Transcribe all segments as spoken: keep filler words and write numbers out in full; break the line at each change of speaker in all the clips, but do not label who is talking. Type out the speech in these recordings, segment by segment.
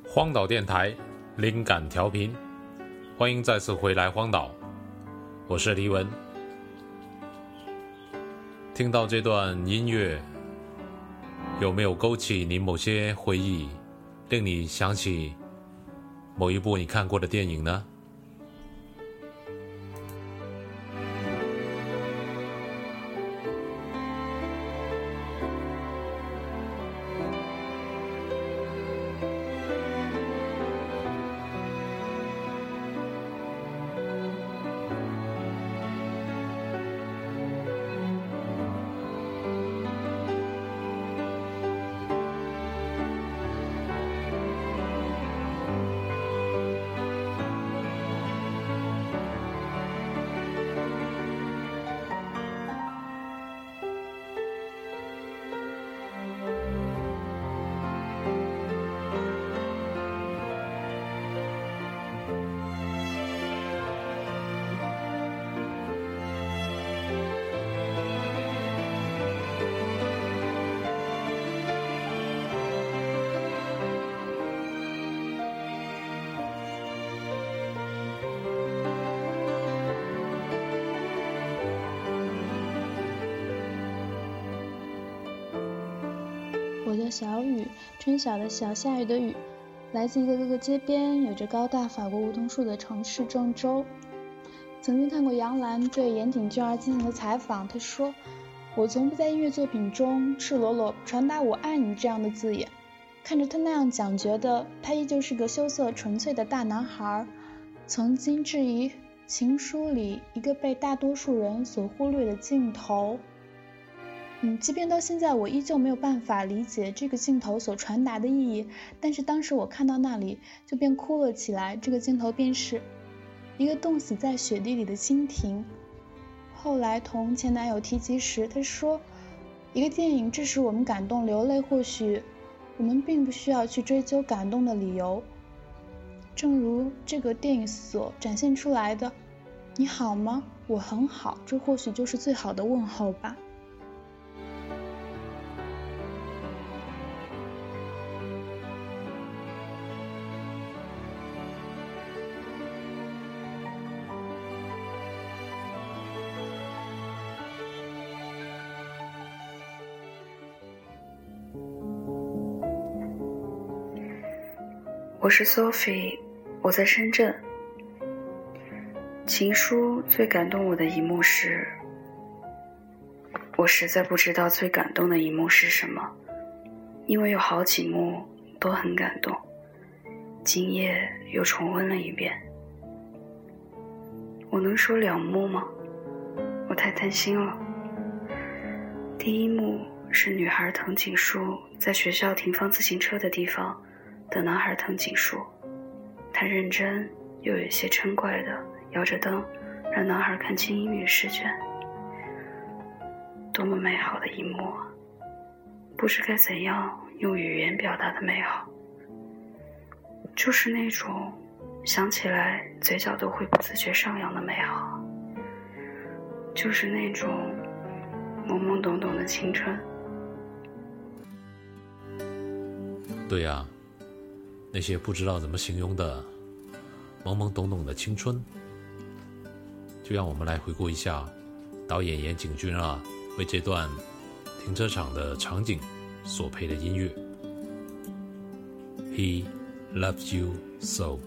荒岛电台灵感调频，欢迎再次回来荒岛，我是黎文。听到这段音乐，有没有勾起你某些回忆，令你想起某一部你看过的电影呢？
我叫小雨，春晓的小，下雨的雨，来自一个各个街边有着高大法国梧桐树的城市郑州。曾经看过杨澜对岩井俊二进行的采访，他说：我从不在音乐作品中赤裸裸传达我爱你这样的字眼，看着他那样讲，觉得他依旧是个羞涩纯粹的大男孩。曾经质疑情书里一个被大多数人所忽略的镜头，嗯，即便到现在我依旧没有办法理解这个镜头所传达的意义，但是当时我看到那里就便哭了起来。这个镜头便是一个冻死在雪地里的蜻蜓。后来同前男友提及时，他说一个电影致使我们感动流泪，或许我们并不需要去追究感动的理由，正如这个电影所展现出来的，你好吗？我很好，这或许就是最好的问候吧。
我是 Sophie， 我在深圳。情书最感动我的一幕是，我实在不知道最感动的一幕是什么，因为有好几幕都很感动，今夜又重温了一遍。我能说两幕吗？我太贪心了。第一幕是女孩藤井树在学校停放自行车的地方等男孩藤井树，他认真又有些嗔怪地摇着灯，让男孩看清英语试卷。多么美好的一幕啊，不知该怎样用语言表达的美好，就是那种想起来嘴角都会不自觉上扬的美好，就是那种懵懵懂懂的青春。
对呀、啊，那些不知道怎么形容的懵懵懂懂的青春，就让我们来回顾一下导演岩井俊二为这段停车场的场景所配的音乐。 He loves you so。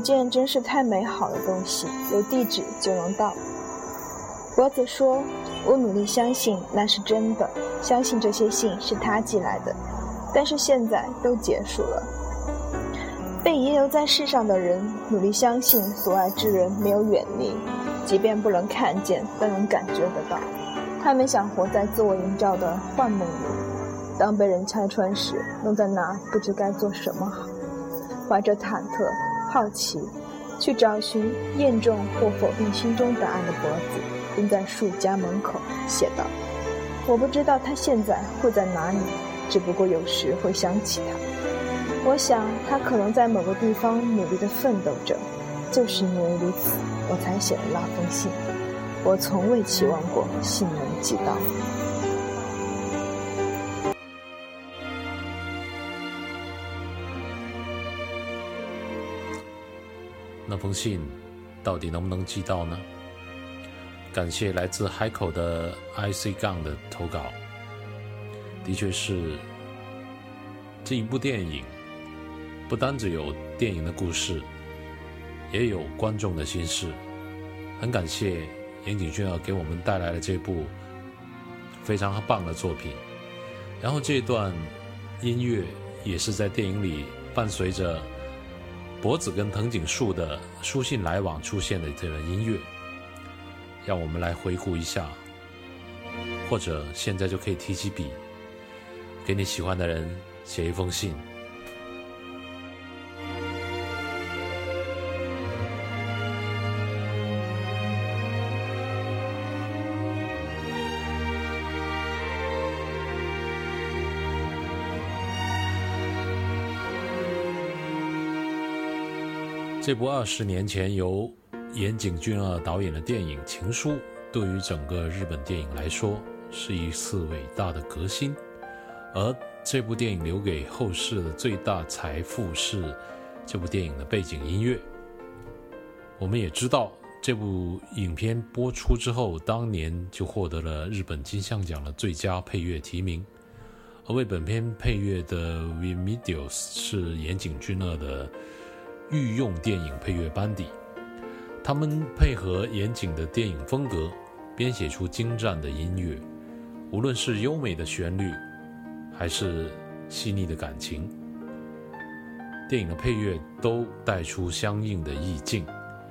件真是太美好的东西，有地址就能到。脖子说，我努力相信那是真的，相信这些信是他寄来的，但是现在都结束了。被遗留在世上的人努力相信所爱之人没有远离，即便不能看见，但能感觉得到。他们想活在自我营造的幻梦里，当被人拆穿时，弄在那不知该做什么好，怀着忐忑好奇去找寻验证或否定心中答案的脖子蹲在树家门口写道，我不知道他现在会在哪里，只不过有时会想起他。我想他可能在某个地方努力地奋斗着，就是因为如此，我才写了那封信。我从未期望过信能寄到。
那封信到底能不能寄到呢？感谢来自海口的 I C 杠的投稿。的确是，这一部电影不单只有电影的故事，也有观众的心事。很感谢岩井俊二给我们带来了这部非常棒的作品。然后这段音乐也是在电影里伴随着脖子跟藤井树的书信来往出现的这段音乐，让我们来回顾一下，或者现在就可以提起笔，给你喜欢的人写一封信。这部二十年前由岩井俊二导演的电影《情书》，对于整个日本电影来说是一次伟大的革新，而这部电影留给后世的最大财富是这部电影的背景音乐。我们也知道，这部影片播出之后，当年就获得了日本金像奖的最佳配乐提名，而为本片配乐的 Remedios 是岩井俊二的御用电影配乐班底，他们配合严谨的电影风格，编写出精湛的音乐，无论是优美的旋律，还是细腻的感情，电影的配乐都带出相应的意境。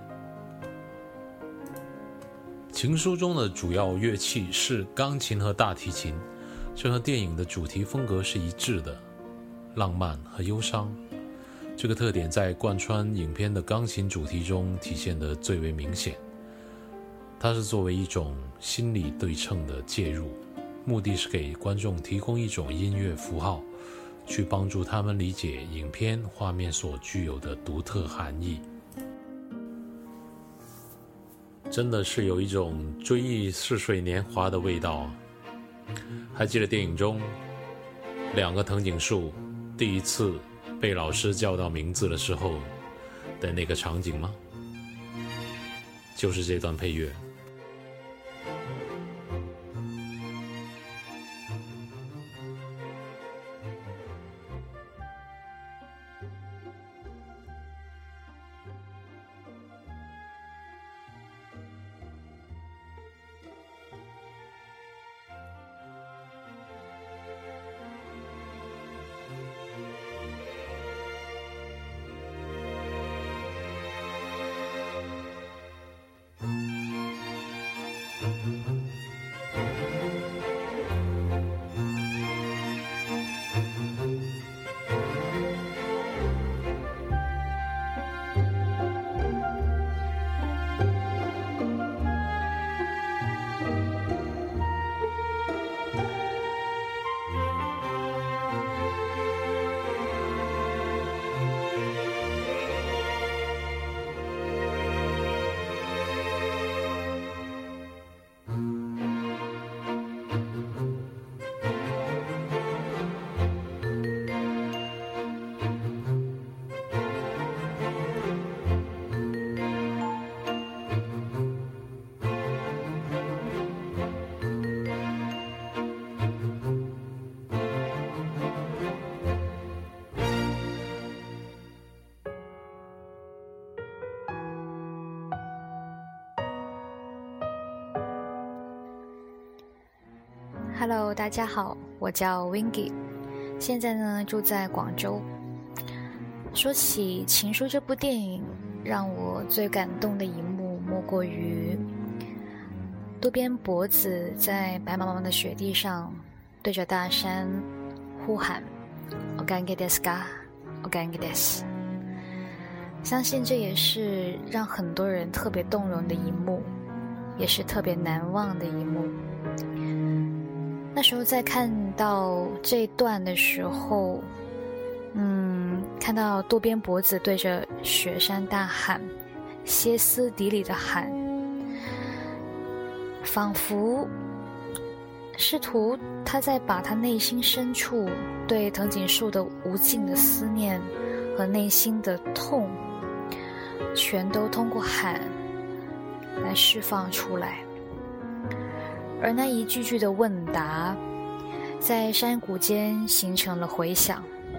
情书中的主要乐器是钢琴和大提琴，这和电影的主题风格是一致的，浪漫和忧伤。这个特点在贯穿影片的钢琴主题中体现得最为明显。它是作为一种心理对称的介入，目的是给观众提供一种音乐符号，去帮助他们理解影片画面所具有的独特含义。真的是有一种追忆似水年华的味道啊！还记得电影中两个藤井树第一次被老师叫到名字的时候的那个场景吗？就是这段配乐。
Hello， 大家好，我叫 Wingy， 现在呢住在广州。说起《情书》这部电影，让我最感动的一幕莫过于渡边博子在白茫茫的雪地上对着大山呼喊 O gange desu ka O gange desu， 相信这也是让很多人特别动容的一幕，也是特别难忘的一幕。那时候在看到这一段的时候，嗯，看到渡边博子对着雪山大喊，歇斯底里的喊，仿佛试图他在把他内心深处对藤井树的无尽的思念和内心的痛，全都通过喊来释放出来。而那一句句的问答在山谷间形成了回响。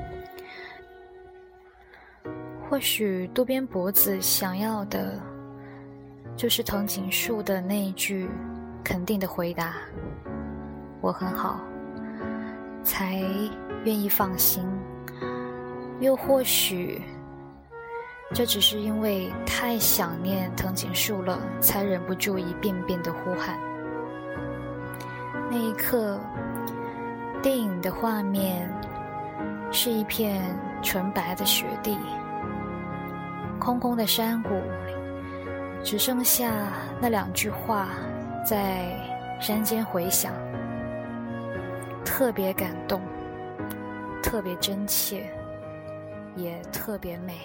或许渡边博子想要的就是藤井树的那一句肯定的回答，我很好，才愿意放心。又或许这只是因为太想念藤井树了，才忍不住一遍遍的呼喊。那一刻，电影的画面是一片纯白的雪地，空空的山谷里，只剩下那两句话在山间回响，特别感动，特别真切，也特别美。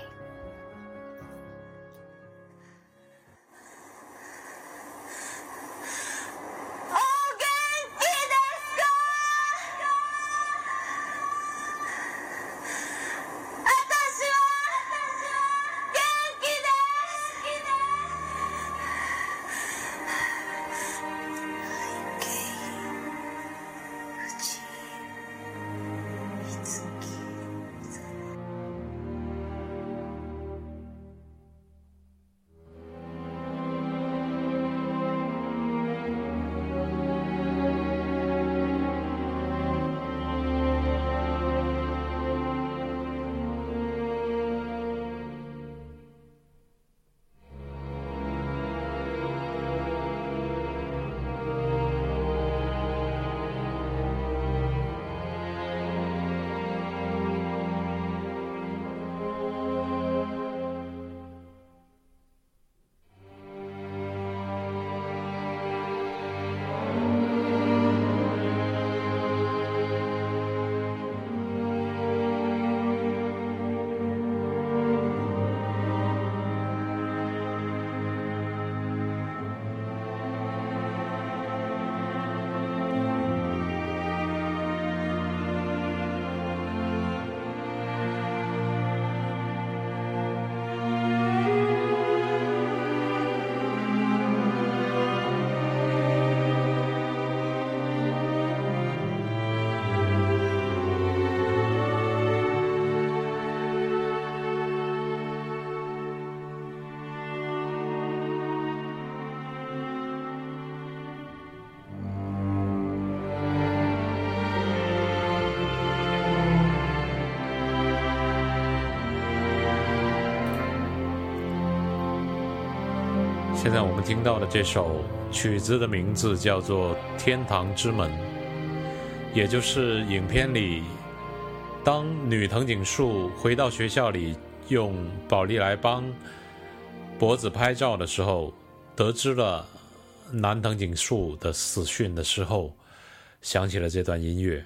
现在我们听到的这首曲子的名字叫做《天堂之门》，也就是影片里当女藤井树回到学校里用宝丽来帮博子拍照的时候，得知了男藤井树的死讯的时候，想起了这段音乐。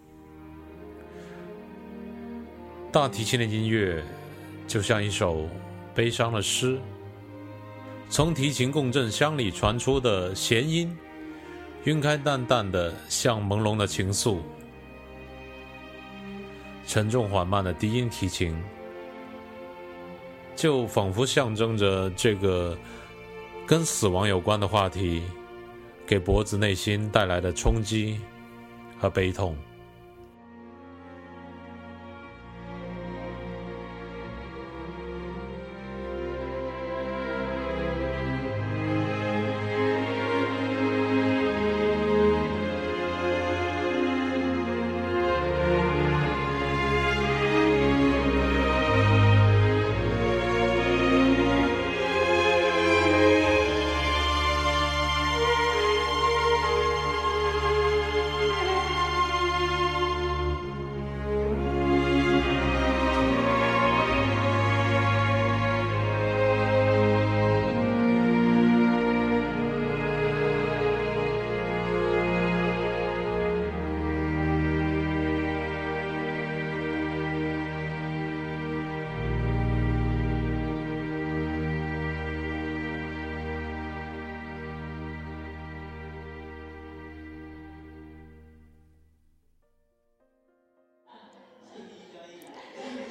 大提琴的音乐就像一首悲伤的诗，从提琴共振箱里传出的弦音，晕开淡淡的像朦胧的情愫。沉重缓慢的低音提琴，就仿佛象征着这个跟死亡有关的话题，给博子内心带来的冲击和悲痛。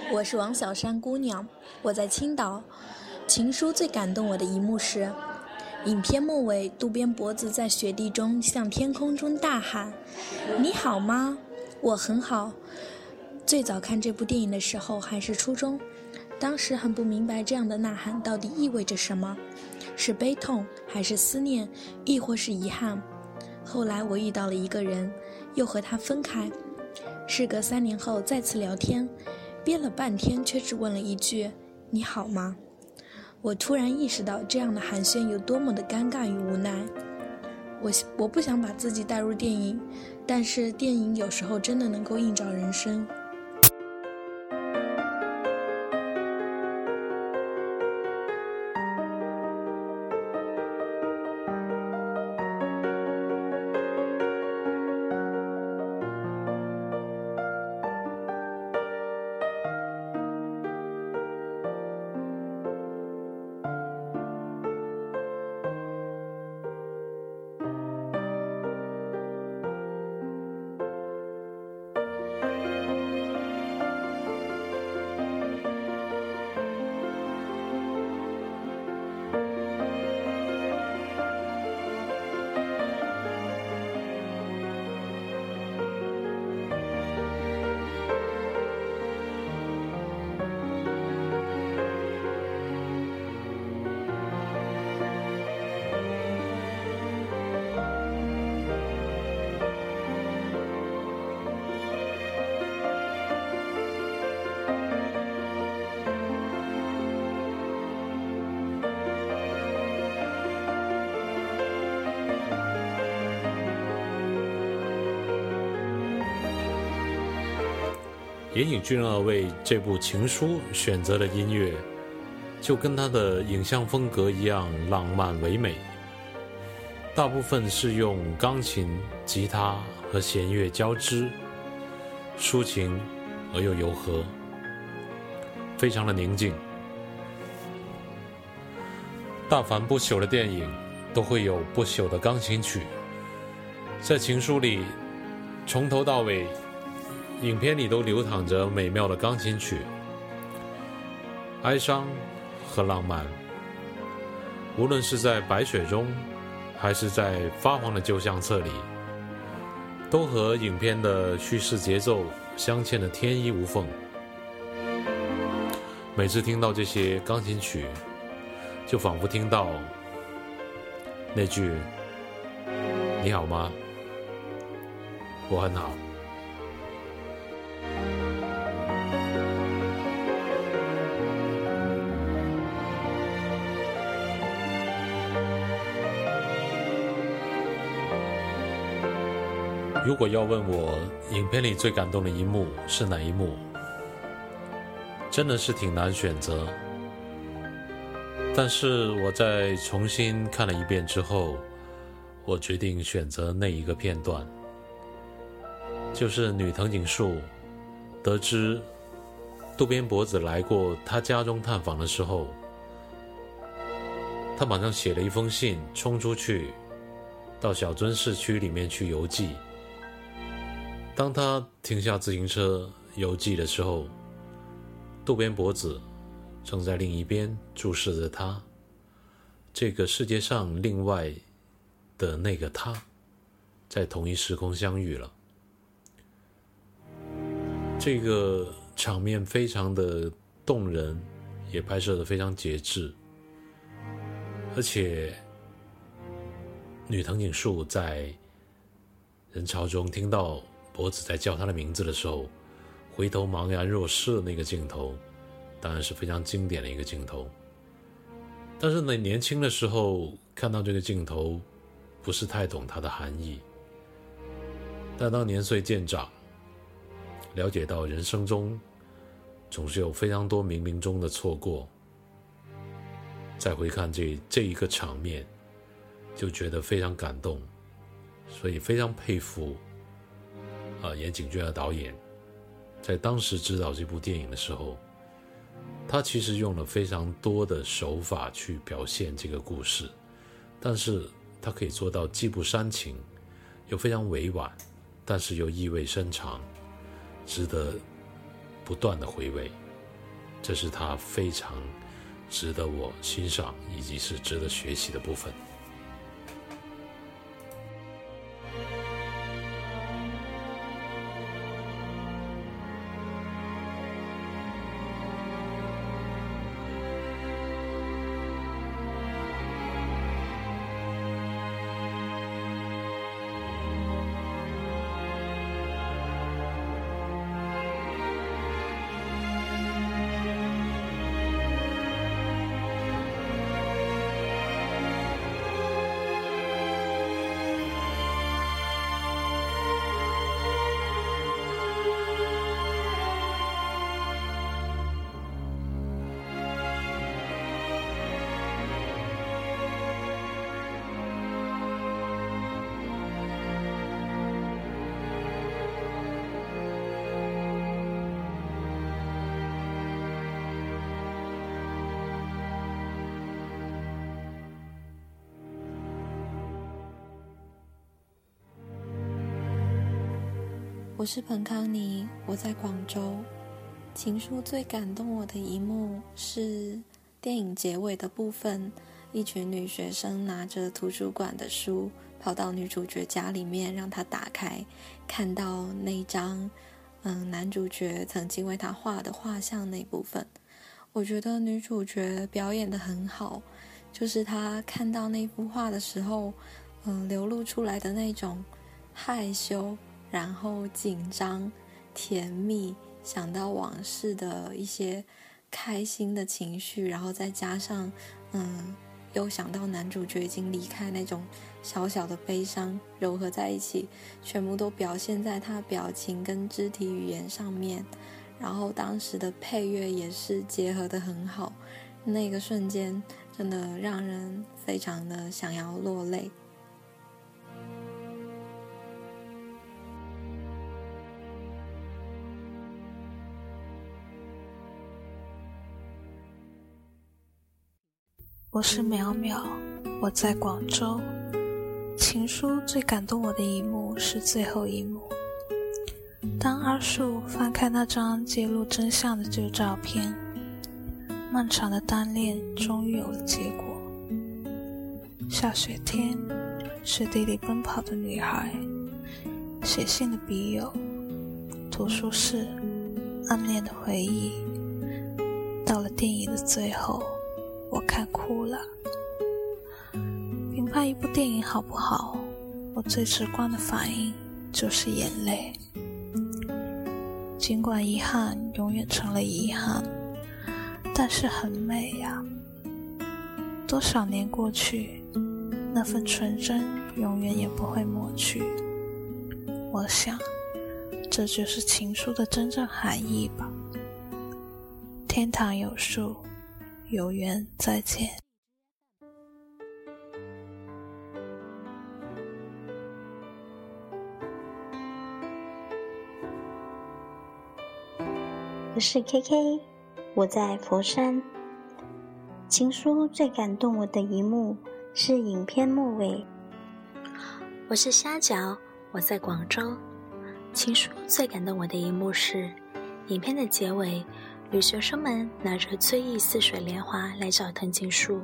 我是王小山姑娘，我在青岛。情书最感动我的一幕是，影片末尾渡边博子在雪地中向天空中大喊：你好吗？我很好。最早看这部电影的时候还是初中，当时很不明白这样的呐喊到底意味着什么，是悲痛还是思念，亦或是遗憾。后来我遇到了一个人，又和他分开，事隔三年后再次聊天，憋了半天却只问了一句：你好吗？我突然意识到这样的寒暄有多么的尴尬与无奈。我我不想把自己带入电影，但是电影有时候真的能够映照人生。
岩井俊二为这部《情书》选择的音乐，就跟他的影像风格一样浪漫唯美，大部分是用钢琴、吉他和弦乐交织，抒情而又柔和，非常的宁静。大凡不朽的电影都会有不朽的钢琴曲，在《情书》里，从头到尾影片里都流淌着美妙的钢琴曲，哀伤和浪漫，无论是在白雪中还是在发黄的旧相册里，都和影片的叙事节奏镶嵌得天衣无缝。每次听到这些钢琴曲，就仿佛听到那句你好吗？我很好。如果要问我影片里最感动的一幕是哪一幕，真的是挺难选择。但是我在重新看了一遍之后，我决定选择那一个片段，就是女藤井树得知渡边博子来过她家中探访的时候，她马上写了一封信，冲出去到小樽市区里面去邮寄。当他停下自行车邮寄的时候，渡边博子正在另一边注视着他，这个世界上另外的那个他，在同一时空相遇了。这个场面非常的动人，也拍摄得非常节制，而且女藤井树在人潮中听到博子在叫他的名字的时候，回头茫然若失的那个镜头，当然是非常经典的一个镜头。但是呢，年轻的时候看到这个镜头，不是太懂它的含义。但当年岁渐长，了解到人生中总是有非常多冥冥中的错过，再回看这这一个场面，就觉得非常感动，所以非常佩服啊，岩井俊二导演在当时执导这部电影的时候，他其实用了非常多的手法去表现这个故事，但是他可以做到既不煽情，又非常委婉，但是又意味深长，值得不断的回味。 这是他非常值得我欣赏以及是值得学习的部分。
我是彭康妮，我在广州。情书最感动我的一幕是电影结尾的部分，一群女学生拿着图书馆的书跑到女主角家里面，让她打开，看到那张嗯男主角曾经为她画的画像那部分。我觉得女主角表演得很好，就是她看到那幅画的时候，嗯流露出来的那种害羞，然后紧张、甜蜜，想到往事的一些开心的情绪，然后再加上嗯，又想到男主角已经离开那种小小的悲伤，糅合在一起，全部都表现在他表情跟肢体语言上面。然后当时的配乐也是结合得很好，那个瞬间真的让人非常的想要落泪。
我是淼淼，我在广州。情书最感动我的一幕是最后一幕，当阿树翻开那张揭露真相的旧照片，漫长的单恋终于有了结果。下雪天，雪地里奔跑的女孩，写信的笔友，图书室，暗恋的回忆。到了电影的最后，我看哭了。评判一部电影好不好，我最直观的反应就是眼泪。尽管遗憾永远成了遗憾，但是很美呀。多少年过去，那份纯真永远也不会抹去。我想，这就是情书的真正含义吧。天堂有树，有缘再见。
我是 K K， 我在佛山。情书最感动我的一幕是影片末尾。
我是虾饺，我在广州。情书最感动我的一幕是影片的结尾，女学生们拿着追忆似水年华来找藤井树。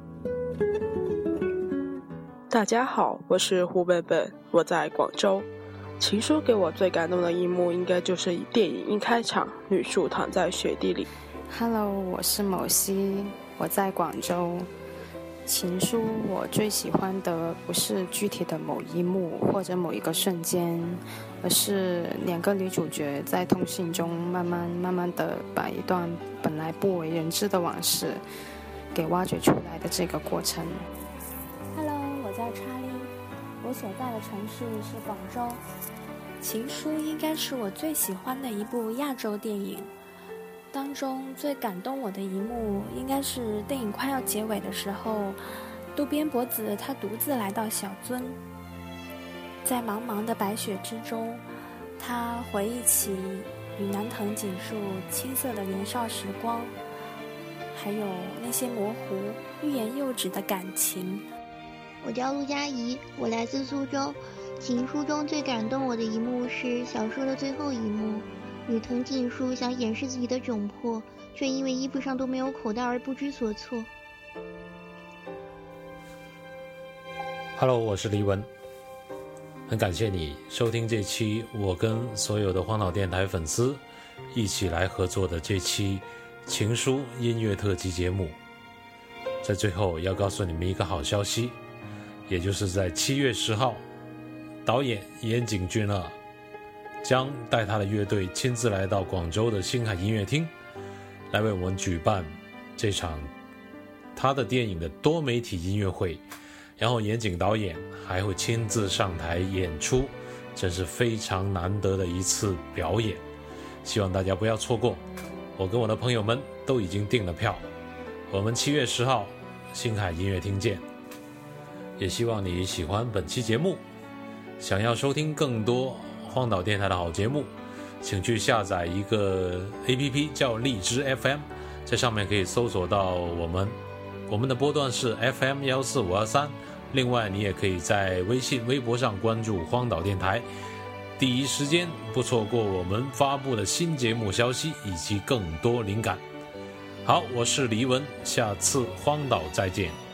大家好，我是胡本本，我在广州。情书给我最感动的一幕应该就是电影一开场，女树躺在雪地里。
Hello， 我是某西，我在广州。情书我最喜欢的不是具体的某一幕或者某一个瞬间，而是两个女主角在通信中慢慢慢慢的把一段本来不为人知的往事给挖掘出来的这个过程。
Hello， 我叫查理，我所在的城市是广州。
情书应该是我最喜欢的一部亚洲电影，当中最感动我的一幕应该是电影快要结尾的时候，渡边博子他独自来到小樽，在茫茫的白雪之中，他回忆起与南藤井树青涩的年少时光，还有那些模糊欲言又止的感情。
我叫陆佳怡，我来自苏州。情书中最感动我的一幕是小说的最后一幕， 女藤井树想掩饰自己的窘迫，却因为衣服上都没有口袋而不知所措。
Hello， 我是黎文，很感谢你收听这期我跟所有的荒岛电台粉丝一起来合作的这期情书音乐特辑节目。在最后要告诉你们一个好消息，也就是在七月十号，导演岩井俊二将带他的乐队亲自来到广州的星海音乐厅，来为我们举办这场他的电影的多媒体音乐会，然后岩井导演还会亲自上台演出，真是非常难得的一次表演，希望大家不要错过。我跟我的朋友们都已经订了票，我们七月十号星海音乐厅见。也希望你喜欢本期节目，想要收听更多荒岛电台的好节目，请去下载一个 A P P 叫荔枝 F M， 在上面可以搜索到我们，我们的波段是 F M 一四五二三。另外你也可以在微信微博上关注荒岛电台，第一时间不错过我们发布的新节目消息以及更多灵感。好，我是黎文，下次荒岛再见。